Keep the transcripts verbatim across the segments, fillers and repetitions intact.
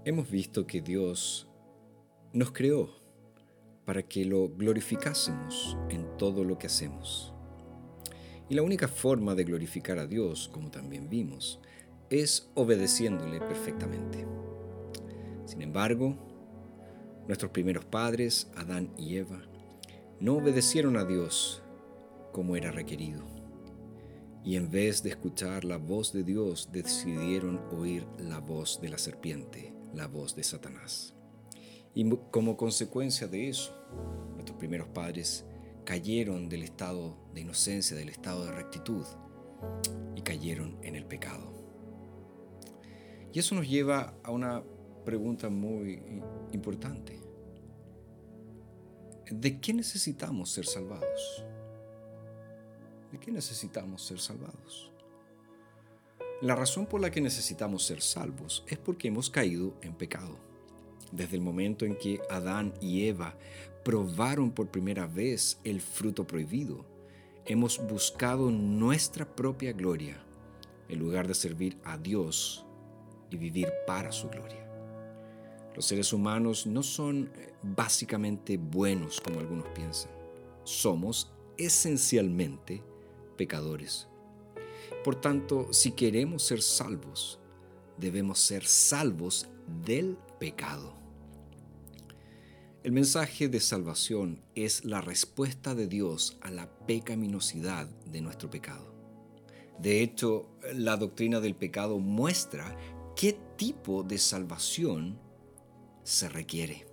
Hemos visto que Dios nos creó para que lo glorificásemos en todo lo que hacemos. Y la única forma de glorificar a Dios, como también vimos, es obedeciéndole perfectamente. Sin embargo, nuestros primeros padres, Adán y Eva, no obedecieron a Dios como era requerido. Y en vez de escuchar la voz de Dios, decidieron oír la voz de la serpiente, la voz de Satanás. Y como consecuencia de eso, nuestros primeros padres cayeron del estado de inocencia, del estado de rectitud, y cayeron en el pecado. Y eso nos lleva a una pregunta muy importante. ¿De qué necesitamos ser salvados? ¿De qué necesitamos ser salvados? La razón por la que necesitamos ser salvos es porque hemos caído en pecado. Desde el momento en que Adán y Eva probaron por primera vez el fruto prohibido, hemos buscado nuestra propia gloria en lugar de servir a Dios y vivir para su gloria. Los seres humanos no son básicamente buenos como algunos piensan. Somos esencialmente pecadores. Por tanto, si queremos ser salvos, debemos ser salvos del pecado. El mensaje de salvación es la respuesta de Dios a la pecaminosidad de nuestro pecado. De hecho, la doctrina del pecado muestra qué tipo de salvación se requiere.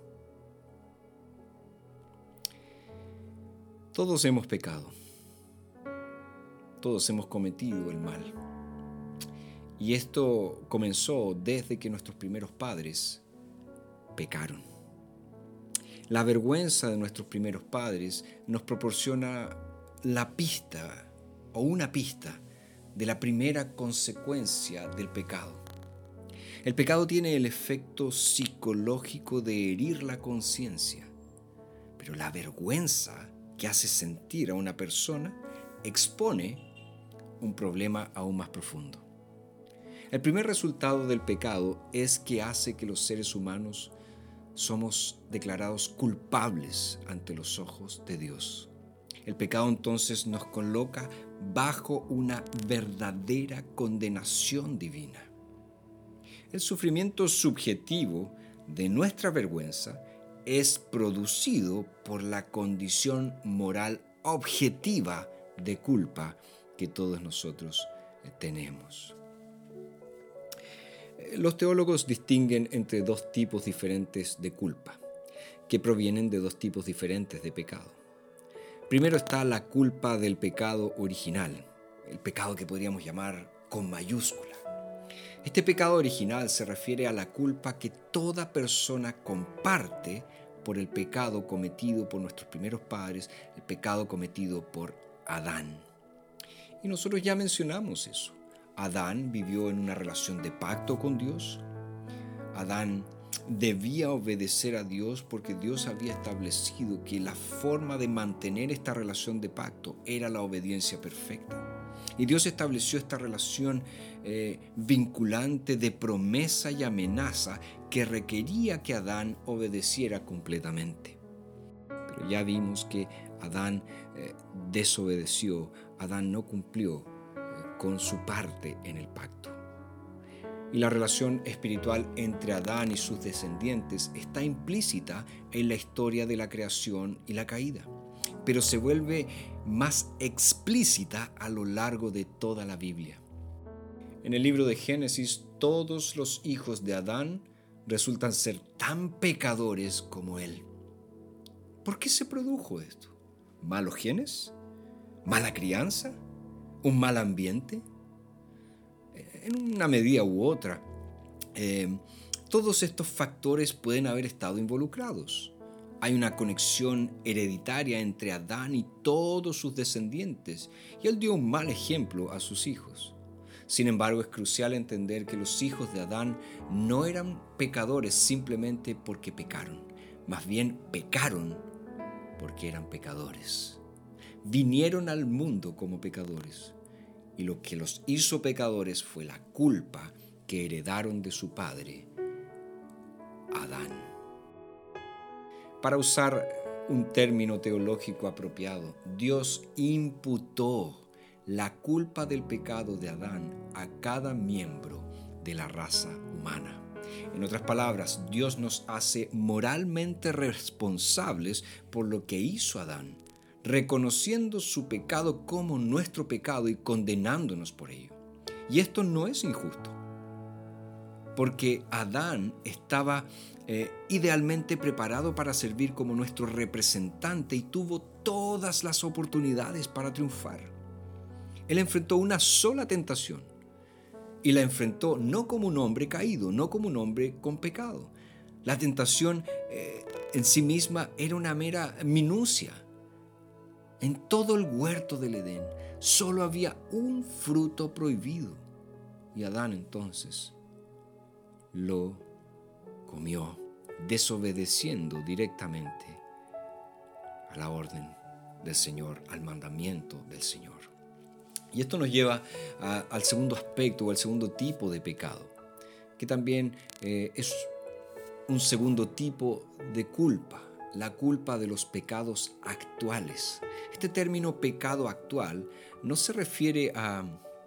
Todos hemos pecado. Todos hemos cometido el mal. Y esto comenzó desde que nuestros primeros padres pecaron. La vergüenza de nuestros primeros padres nos proporciona la pista o una pista de la primera consecuencia del pecado. El pecado tiene el efecto psicológico de herir la conciencia, pero la vergüenza que hace sentir a una persona expone un problema aún más profundo. El primer resultado del pecado es que hace que los seres humanos somos declarados culpables ante los ojos de Dios. El pecado entonces nos coloca bajo una verdadera condenación divina. El sufrimiento subjetivo de nuestra vergüenza es producido por la condición moral objetiva de culpa que todos nosotros tenemos. Los teólogos distinguen entre dos tipos diferentes de culpa, que provienen de dos tipos diferentes de pecado. Primero está la culpa del pecado original, el pecado que podríamos llamar con mayúscula. Este pecado original se refiere a la culpa que toda persona comparte por el pecado cometido por nuestros primeros padres, el pecado cometido por Adán. Y nosotros ya mencionamos eso. Adán vivió en una relación de pacto con Dios. Adán debía obedecer a Dios porque Dios había establecido que la forma de mantener esta relación de pacto era la obediencia perfecta. Y Dios estableció esta relación eh, vinculante de promesa y amenaza que requería que Adán obedeciera completamente. Pero ya vimos que Adán eh, desobedeció, Adán no cumplió con su parte en el pacto. Y la relación espiritual entre Adán y sus descendientes está implícita en la historia de la creación y la caída, pero se vuelve más explícita a lo largo de toda la Biblia. En el libro de Génesis, todos los hijos de Adán resultan ser tan pecadores como él. ¿Por qué se produjo esto? ¿Malos genes? ¿Mala crianza? ¿Un mal ambiente? En una medida u otra, eh, todos estos factores pueden haber estado involucrados. Hay una conexión hereditaria entre Adán y todos sus descendientes, y él dio un mal ejemplo a sus hijos. Sin embargo, es crucial entender que los hijos de Adán no eran pecadores simplemente porque pecaron, más bien pecaron porque eran pecadores. Vinieron al mundo como pecadores, y lo que los hizo pecadores fue la culpa que heredaron de su padre Adán. Para usar un término teológico apropiado, Dios imputó la culpa del pecado de Adán a cada miembro de la raza humana. En otras palabras, Dios nos hace moralmente responsables por lo que hizo Adán, reconociendo su pecado como nuestro pecado y condenándonos por ello. Y esto no es injusto, porque Adán estaba eh, idealmente preparado para servir como nuestro representante y tuvo todas las oportunidades para triunfar. Él enfrentó una sola tentación y la enfrentó no como un hombre caído, no como un hombre con pecado. La tentación eh, en sí misma era una mera minucia. En todo el huerto del Edén solo había un fruto prohibido y Adán entonces lo comió, desobedeciendo directamente a la orden del Señor, al mandamiento del Señor. Y esto nos lleva a, al segundo aspecto o al segundo tipo de pecado, que también eh, es un segundo tipo de culpa, la culpa de los pecados actuales. Este término pecado actual no se refiere a,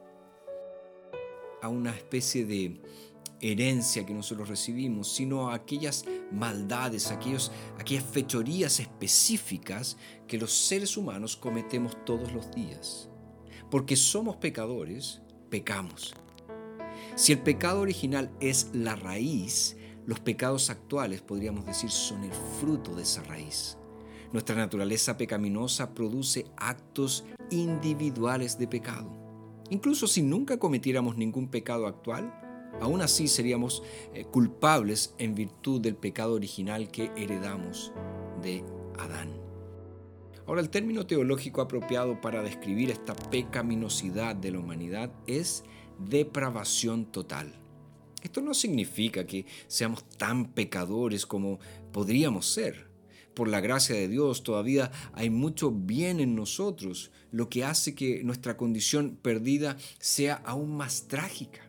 a una especie de herencia que nosotros recibimos, sino a aquellas maldades, aquellos, aquellas fechorías específicas que los seres humanos cometemos todos los días. Porque somos pecadores, pecamos. Si el pecado original es la raíz, los pecados actuales, podríamos decir, son el fruto de esa raíz. Nuestra naturaleza pecaminosa produce actos individuales de pecado. Incluso si nunca cometiéramos ningún pecado actual, aún así seríamos eh, culpables en virtud del pecado original que heredamos de Adán. Ahora, el término teológico apropiado para describir esta pecaminosidad de la humanidad es depravación total. Esto no significa que seamos tan pecadores como podríamos ser. Por la gracia de Dios todavía hay mucho bien en nosotros, lo que hace que nuestra condición perdida sea aún más trágica.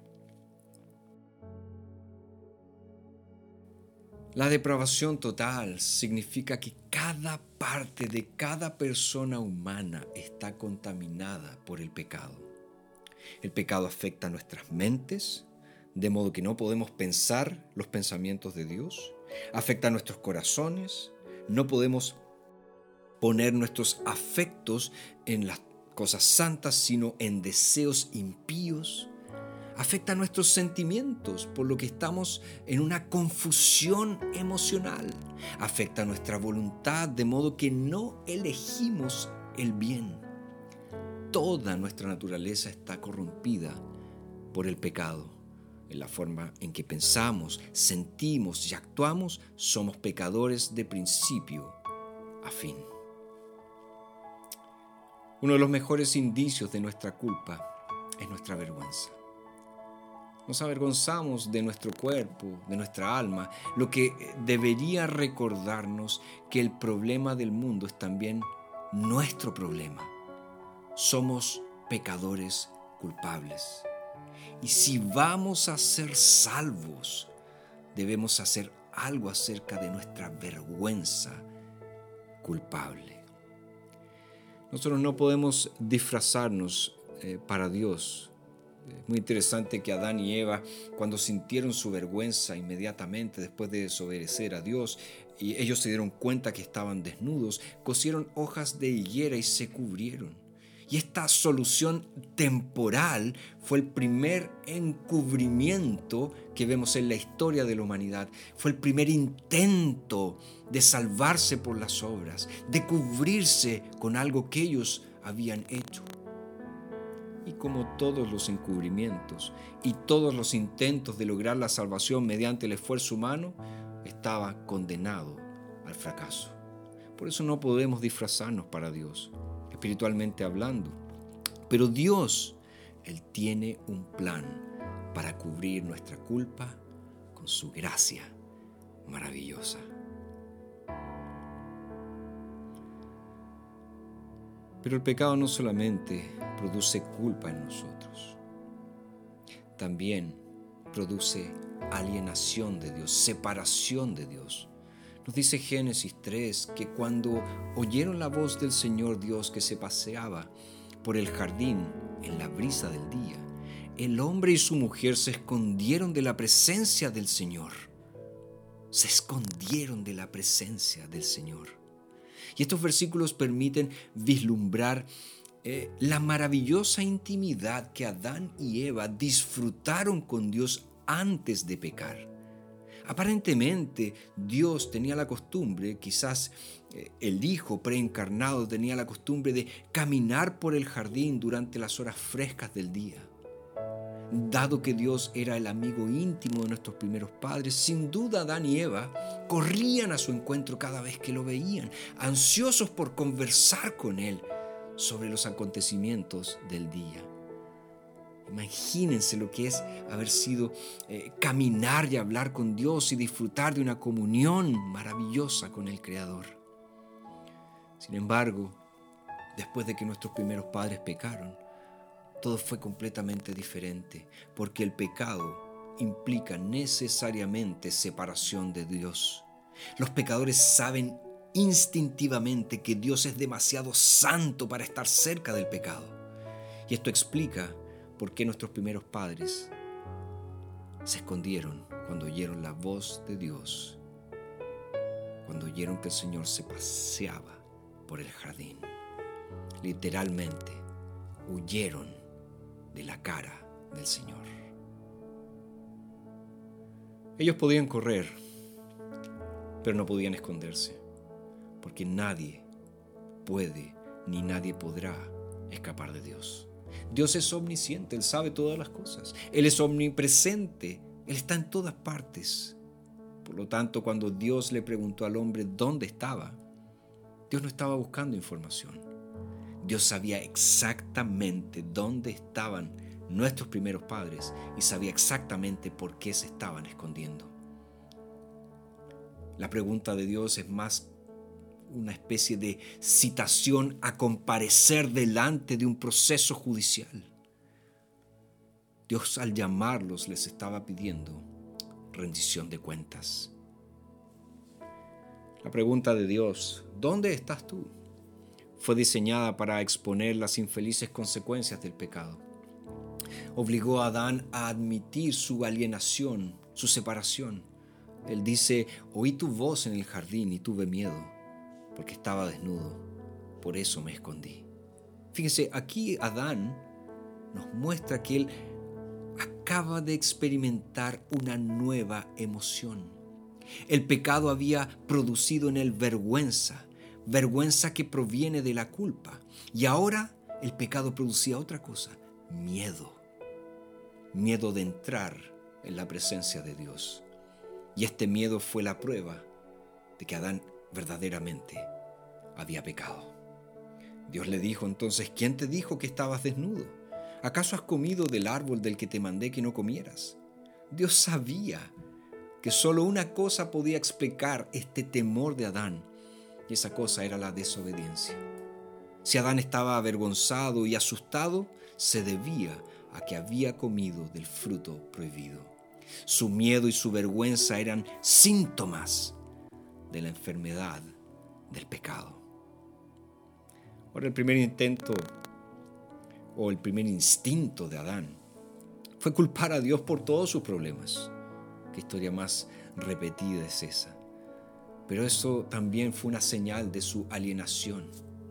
La depravación total significa que cada parte de cada persona humana está contaminada por el pecado. El pecado afecta a nuestras mentes, de modo que no podemos pensar los pensamientos de Dios. Afecta a nuestros corazones, no podemos poner nuestros afectos en las cosas santas, sino en deseos impíos. Afecta a nuestros sentimientos, por lo que estamos en una confusión emocional. Afecta a nuestra voluntad, de modo que no elegimos el bien. Toda nuestra naturaleza está corrompida por el pecado. En la forma en que pensamos, sentimos y actuamos, somos pecadores de principio a fin. Uno de los mejores indicios de nuestra culpa es nuestra vergüenza. Nos avergonzamos de nuestro cuerpo, de nuestra alma, lo que debería recordarnos que el problema del mundo es también nuestro problema. Somos pecadores culpables. Y si vamos a ser salvos, debemos hacer algo acerca de nuestra vergüenza culpable. Nosotros no podemos disfrazarnos eh, para Dios. Es muy interesante que Adán y Eva, cuando sintieron su vergüenza inmediatamente después de desobedecer a Dios, y ellos se dieron cuenta que estaban desnudos, cosieron hojas de higuera y se cubrieron. Y esta solución temporal fue el primer encubrimiento que vemos en la historia de la humanidad. Fue el primer intento de salvarse por las obras, de cubrirse con algo que ellos habían hecho. Y como todos los encubrimientos y todos los intentos de lograr la salvación mediante el esfuerzo humano, estaba condenado al fracaso. Por eso no podemos disfrazarnos para Dios, espiritualmente hablando. Pero Dios, Él tiene un plan para cubrir nuestra culpa con su gracia maravillosa. Pero el pecado no solamente produce culpa en nosotros, también produce alienación de Dios, separación de Dios. Nos dice Génesis tres que cuando oyeron la voz del Señor Dios que se paseaba por el jardín en la brisa del día, el hombre y su mujer se escondieron de la presencia del Señor. Se escondieron de la presencia del Señor. Y estos versículos permiten vislumbrar eh, la maravillosa intimidad que Adán y Eva disfrutaron con Dios antes de pecar. Aparentemente, Dios tenía la costumbre, quizás eh, el Hijo preencarnado tenía la costumbre de caminar por el jardín durante las horas frescas del día. Dado que Dios era el amigo íntimo de nuestros primeros padres, sin duda Adán y Eva corrían a su encuentro cada vez que lo veían, ansiosos por conversar con Él sobre los acontecimientos del día. Imagínense lo que es haber sido eh, caminar y hablar con Dios y disfrutar de una comunión maravillosa con el Creador. Sin embargo, después de que nuestros primeros padres pecaron, todo fue completamente diferente, porque el pecado implica necesariamente separación de Dios. Los pecadores saben instintivamente que Dios es demasiado santo para estar cerca del pecado. Y esto explica por qué nuestros primeros padres se escondieron cuando oyeron la voz de Dios, cuando oyeron que el Señor se paseaba por el jardín. Literalmente, huyeron de la cara del Señor. Ellos podían correr, pero no podían esconderse, porque nadie puede ni nadie podrá escapar de Dios. Dios es omnisciente, Él sabe todas las cosas. Él es omnipresente, Él está en todas partes. Por lo tanto, cuando Dios le preguntó al hombre dónde estaba, Dios no estaba buscando información. Dios sabía exactamente dónde estaban nuestros primeros padres y sabía exactamente por qué se estaban escondiendo. La pregunta de Dios es más una especie de citación a comparecer delante de un proceso judicial. Dios, al llamarlos, les estaba pidiendo rendición de cuentas. La pregunta de Dios, ¿dónde estás tú?, fue diseñada para exponer las infelices consecuencias del pecado. Obligó a Adán a admitir su alienación, su separación. Él dice: oí tu voz en el jardín y tuve miedo, porque estaba desnudo, por eso me escondí. Fíjense, aquí Adán nos muestra que él acaba de experimentar una nueva emoción. El pecado había producido en él vergüenza, vergüenza que proviene de la culpa. Y ahora el pecado producía otra cosa: miedo. Miedo de entrar en la presencia de Dios. Y este miedo fue la prueba de que Adán verdaderamente había pecado. Dios le dijo entonces: ¿quién te dijo que estabas desnudo? ¿Acaso has comido del árbol del que te mandé que no comieras? Dios sabía que solo una cosa podía explicar este temor de Adán, y esa cosa era la desobediencia. Si Adán estaba avergonzado y asustado, se debía a que había comido del fruto prohibido. Su miedo y su vergüenza eran síntomas de la enfermedad del pecado. Ahora, el primer intento o el primer instinto de Adán fue culpar a Dios por todos sus problemas. Qué historia más repetida es esa. Pero eso también fue una señal de su alienación.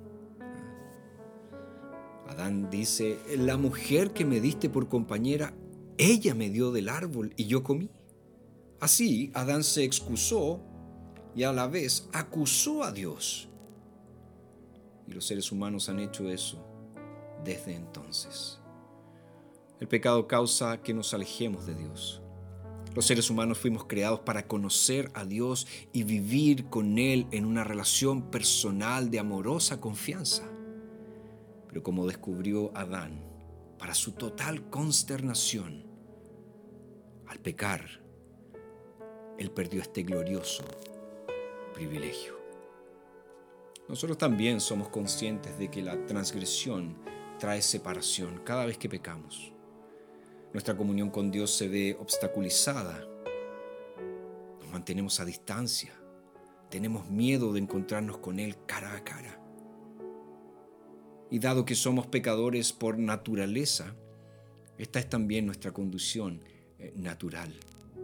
Adán dice: la mujer que me diste por compañera, ella me dio del árbol y yo comí. Así, Adán se excusó y a la vez acusó a Dios. Y los seres humanos han hecho eso desde entonces. El pecado causa que nos alejemos de Dios. Los seres humanos fuimos creados para conocer a Dios y vivir con Él en una relación personal de amorosa confianza. Pero como descubrió Adán, para su total consternación, al pecar, él perdió este glorioso privilegio. Nosotros también somos conscientes de que la transgresión trae separación cada vez que pecamos. Nuestra comunión con Dios se ve obstaculizada mantenemos a distancia. Tenemos miedo de encontrarnos con Él cara a cara. Y dado que somos pecadores por naturaleza, esta es también nuestra condición eh, natural.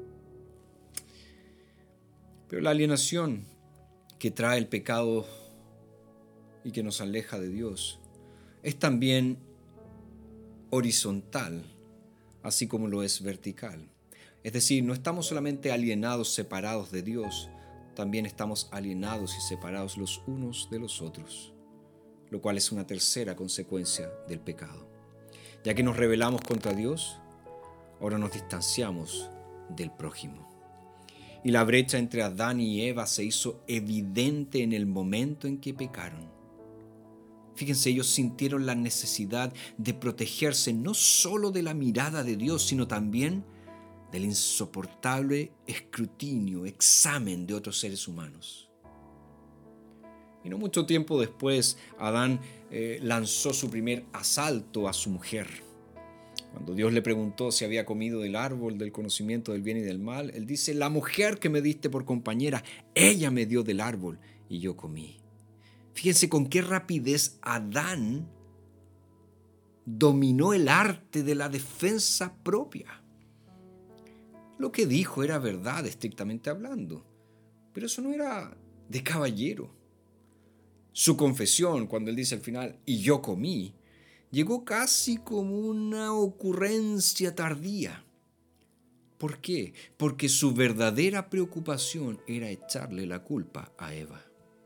Pero la alienación que trae el pecado y que nos aleja de Dios es también horizontal, así como lo es vertical. Es decir, no estamos solamente alienados, separados de Dios, también estamos alienados y separados los unos de los otros, lo cual es una tercera consecuencia del pecado. Ya que nos rebelamos contra Dios, ahora nos distanciamos del prójimo. Y la brecha entre Adán y Eva se hizo evidente en el momento en que pecaron. Fíjense, ellos sintieron la necesidad de protegerse no solo de la mirada de Dios, sino también del insoportable escrutinio, examen de otros seres humanos. Y no mucho tiempo después, Adán eh, lanzó su primer asalto a su mujer. Cuando Dios le preguntó si había comido del árbol del conocimiento del bien y del mal, él dice: la mujer que me diste por compañera, ella me dio del árbol y yo comí. Fíjense con qué rapidez Adán dominó el arte de la defensa propia. Lo que dijo era verdad, estrictamente hablando, pero eso no era de caballero. Su confesión, cuando él dice al final, y yo comí, llegó casi como una ocurrencia tardía. ¿Por qué? Porque su verdadera preocupación era echarle la culpa a Eva.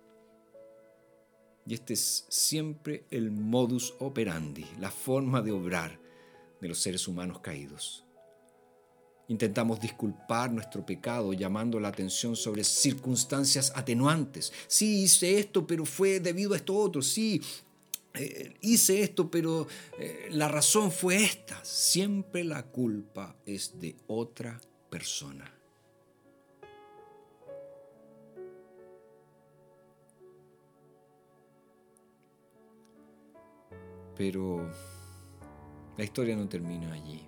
Y este es siempre el modus operandi, la forma de obrar de los seres humanos caídos. Intentamos disculpar nuestro pecado llamando la atención sobre circunstancias atenuantes. Sí, hice esto, pero fue debido a esto otro. Sí, eh, hice esto, pero eh, la razón fue esta. Siempre la culpa es de otra persona. Pero la historia no termina allí.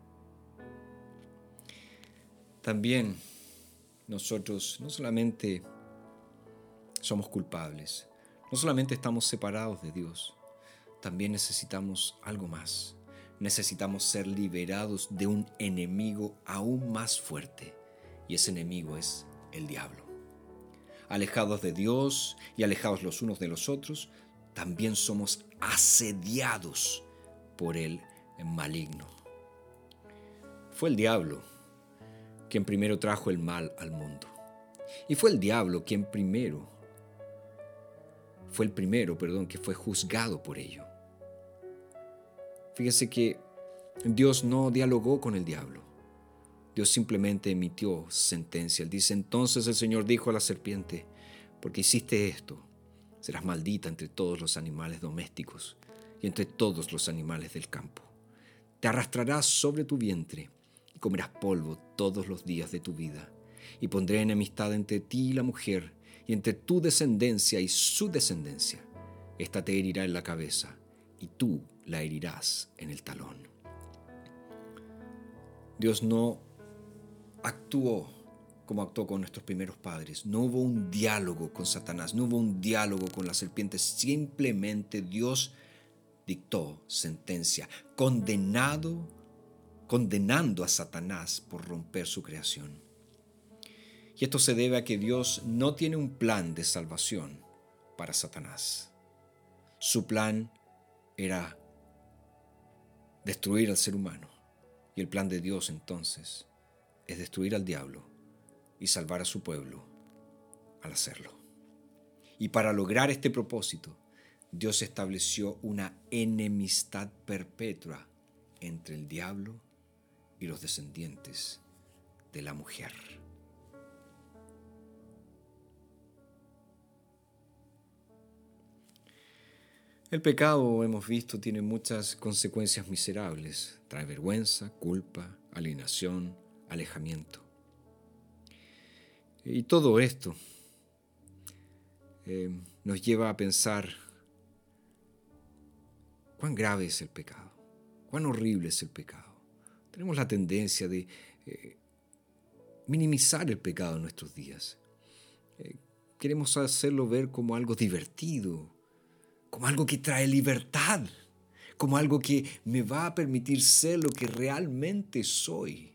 También nosotros no solamente somos culpables, no solamente estamos separados de Dios, también necesitamos algo más. Necesitamos ser liberados de un enemigo aún más fuerte, y ese enemigo es el diablo. Alejados de Dios y alejados los unos de los otros, también somos asediados por el maligno. Fue el diablo quien primero trajo el mal al mundo. Y fue el diablo quien primero, fue el primero, perdón, que fue juzgado por ello. Fíjese que Dios no dialogó con el diablo. Dios simplemente emitió sentencia. Él dice: entonces el Señor dijo a la serpiente, porque hiciste esto, serás maldita entre todos los animales domésticos y entre todos los animales del campo. Te arrastrarás sobre tu vientre y comerás polvo todos los días de tu vida. Y pondré enemistad entre ti y la mujer, y entre tu descendencia y su descendencia. Esta te herirá en la cabeza, y tú la herirás en el talón. Dios no actuó como actuó con nuestros primeros padres. No hubo un diálogo con Satanás, no hubo un diálogo con la serpiente. Simplemente Dios dictó sentencia, condenado, condenando a Satanás por romper su creación. Y esto se debe a que Dios no tiene un plan de salvación para Satanás. Su plan era destruir al ser humano. Y el plan de Dios entonces es destruir al diablo y salvar a su pueblo al hacerlo. Y para lograr este propósito, Dios estableció una enemistad perpetua entre el diablo y los descendientes de la mujer. El pecado, hemos visto, tiene muchas consecuencias miserables. Trae vergüenza, culpa, alienación, alejamiento. Y todo esto eh, nos lleva a pensar cuán grave es el pecado, cuán horrible es el pecado. Tenemos la tendencia de, eh, minimizar el pecado en nuestros días. Eh, queremos hacerlo ver como algo divertido, como algo que trae libertad, como algo que me va a permitir ser lo que realmente soy.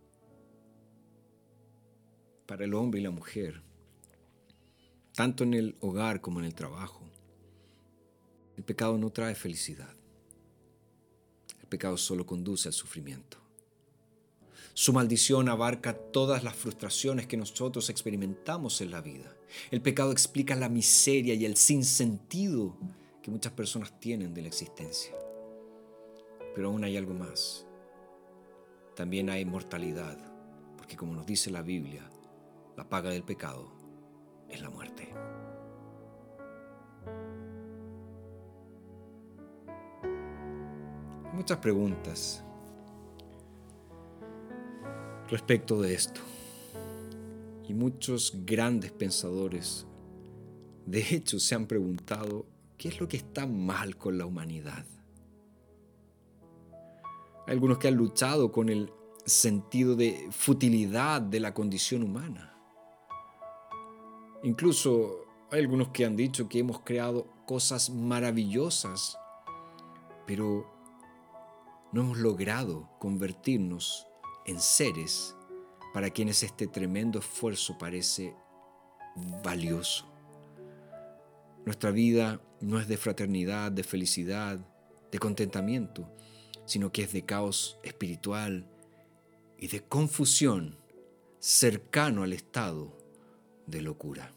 Para el hombre y la mujer, tanto en el hogar como en el trabajo, el pecado no trae felicidad. El pecado solo conduce al sufrimiento. Su maldición abarca todas las frustraciones que nosotros experimentamos en la vida. El pecado explica la miseria y el sinsentido que muchas personas tienen de la existencia. Pero aún hay algo más. También hay mortalidad, porque como nos dice la Biblia, la paga del pecado es la muerte. Hay muchas preguntas respecto de esto. Y muchos grandes pensadores, de hecho, se han preguntado qué es lo que está mal con la humanidad. Hay algunos que han luchado con el sentido de futilidad de la condición humana. Incluso hay algunos que han dicho que hemos creado cosas maravillosas, pero no hemos logrado convertirnos en seres para quienes este tremendo esfuerzo parece valioso. Nuestra vida no es de fraternidad, de felicidad, de contentamiento, sino que es de caos espiritual y de confusión cercano al estado de locura.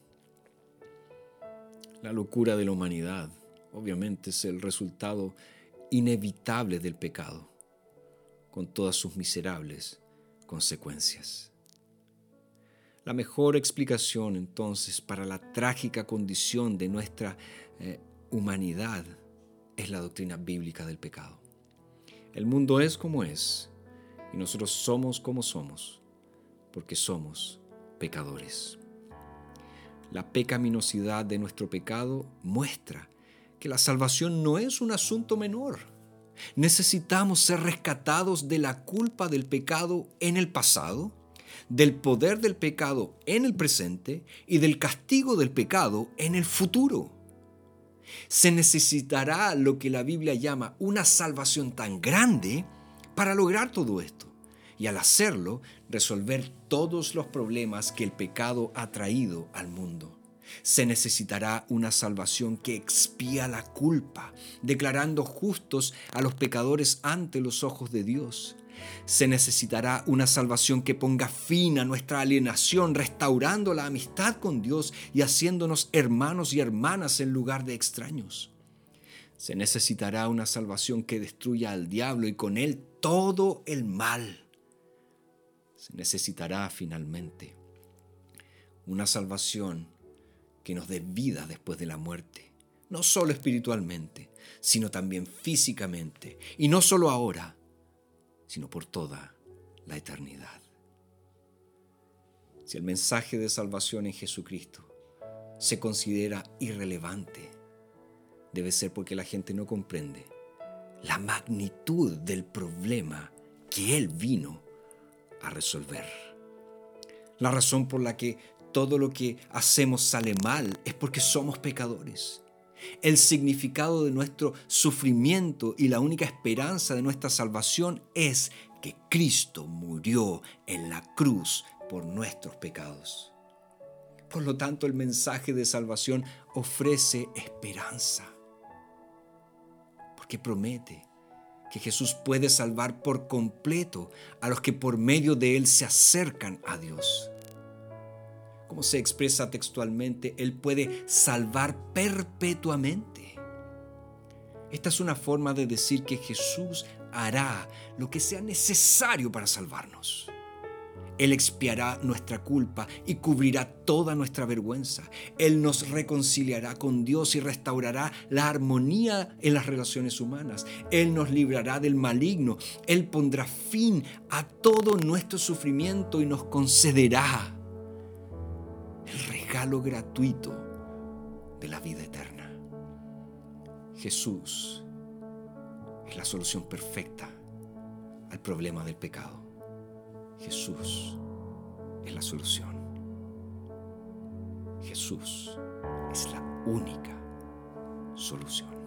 La locura de la humanidad, obviamente, es el resultado inevitable del pecado, con todas sus miserables consecuencias. La mejor explicación, entonces, para la trágica condición de nuestra eh, humanidad es la doctrina bíblica del pecado. El mundo es como es y nosotros somos como somos porque somos pecadores. La pecaminosidad de nuestro pecado muestra que la salvación no es un asunto menor. Necesitamos ser rescatados de la culpa del pecado en el pasado, del poder del pecado en el presente y del castigo del pecado en el futuro. Se necesitará lo que la Biblia llama una salvación tan grande para lograr todo esto y al hacerlo resolver todos los problemas que el pecado ha traído al mundo. Se necesitará una salvación que expía la culpa, declarando justos a los pecadores ante los ojos de Dios. Se necesitará una salvación que ponga fin a nuestra alienación, restaurando la amistad con Dios y haciéndonos hermanos y hermanas en lugar de extraños. Se necesitará una salvación que destruya al diablo y con él todo el mal. Se necesitará finalmente una salvación que nos dé vida después de la muerte, no solo espiritualmente, sino también físicamente, y no solo ahora, sino por toda la eternidad. Si el mensaje de salvación en Jesucristo se considera irrelevante, debe ser porque la gente no comprende la magnitud del problema que Él vino a resolver. La razón por la que todo lo que hacemos sale mal es porque somos pecadores. El significado de nuestro sufrimiento y la única esperanza de nuestra salvación es que Cristo murió en la cruz por nuestros pecados. Por lo tanto, el mensaje de salvación ofrece esperanza, porque promete que Jesús puede salvar por completo a los que por medio de Él se acercan a Dios. Como se expresa textualmente, Él puede salvar perpetuamente. Esta es una forma de decir que Jesús hará lo que sea necesario para salvarnos. Él expiará nuestra culpa y cubrirá toda nuestra vergüenza. Él nos reconciliará con Dios y restaurará la armonía en las relaciones humanas. Él nos librará del maligno. Él pondrá fin a todo nuestro sufrimiento y nos concederá el regalo gratuito de la vida eterna. Jesús es la solución perfecta al problema del pecado. Jesús es la la solución. Jesús es la única solución.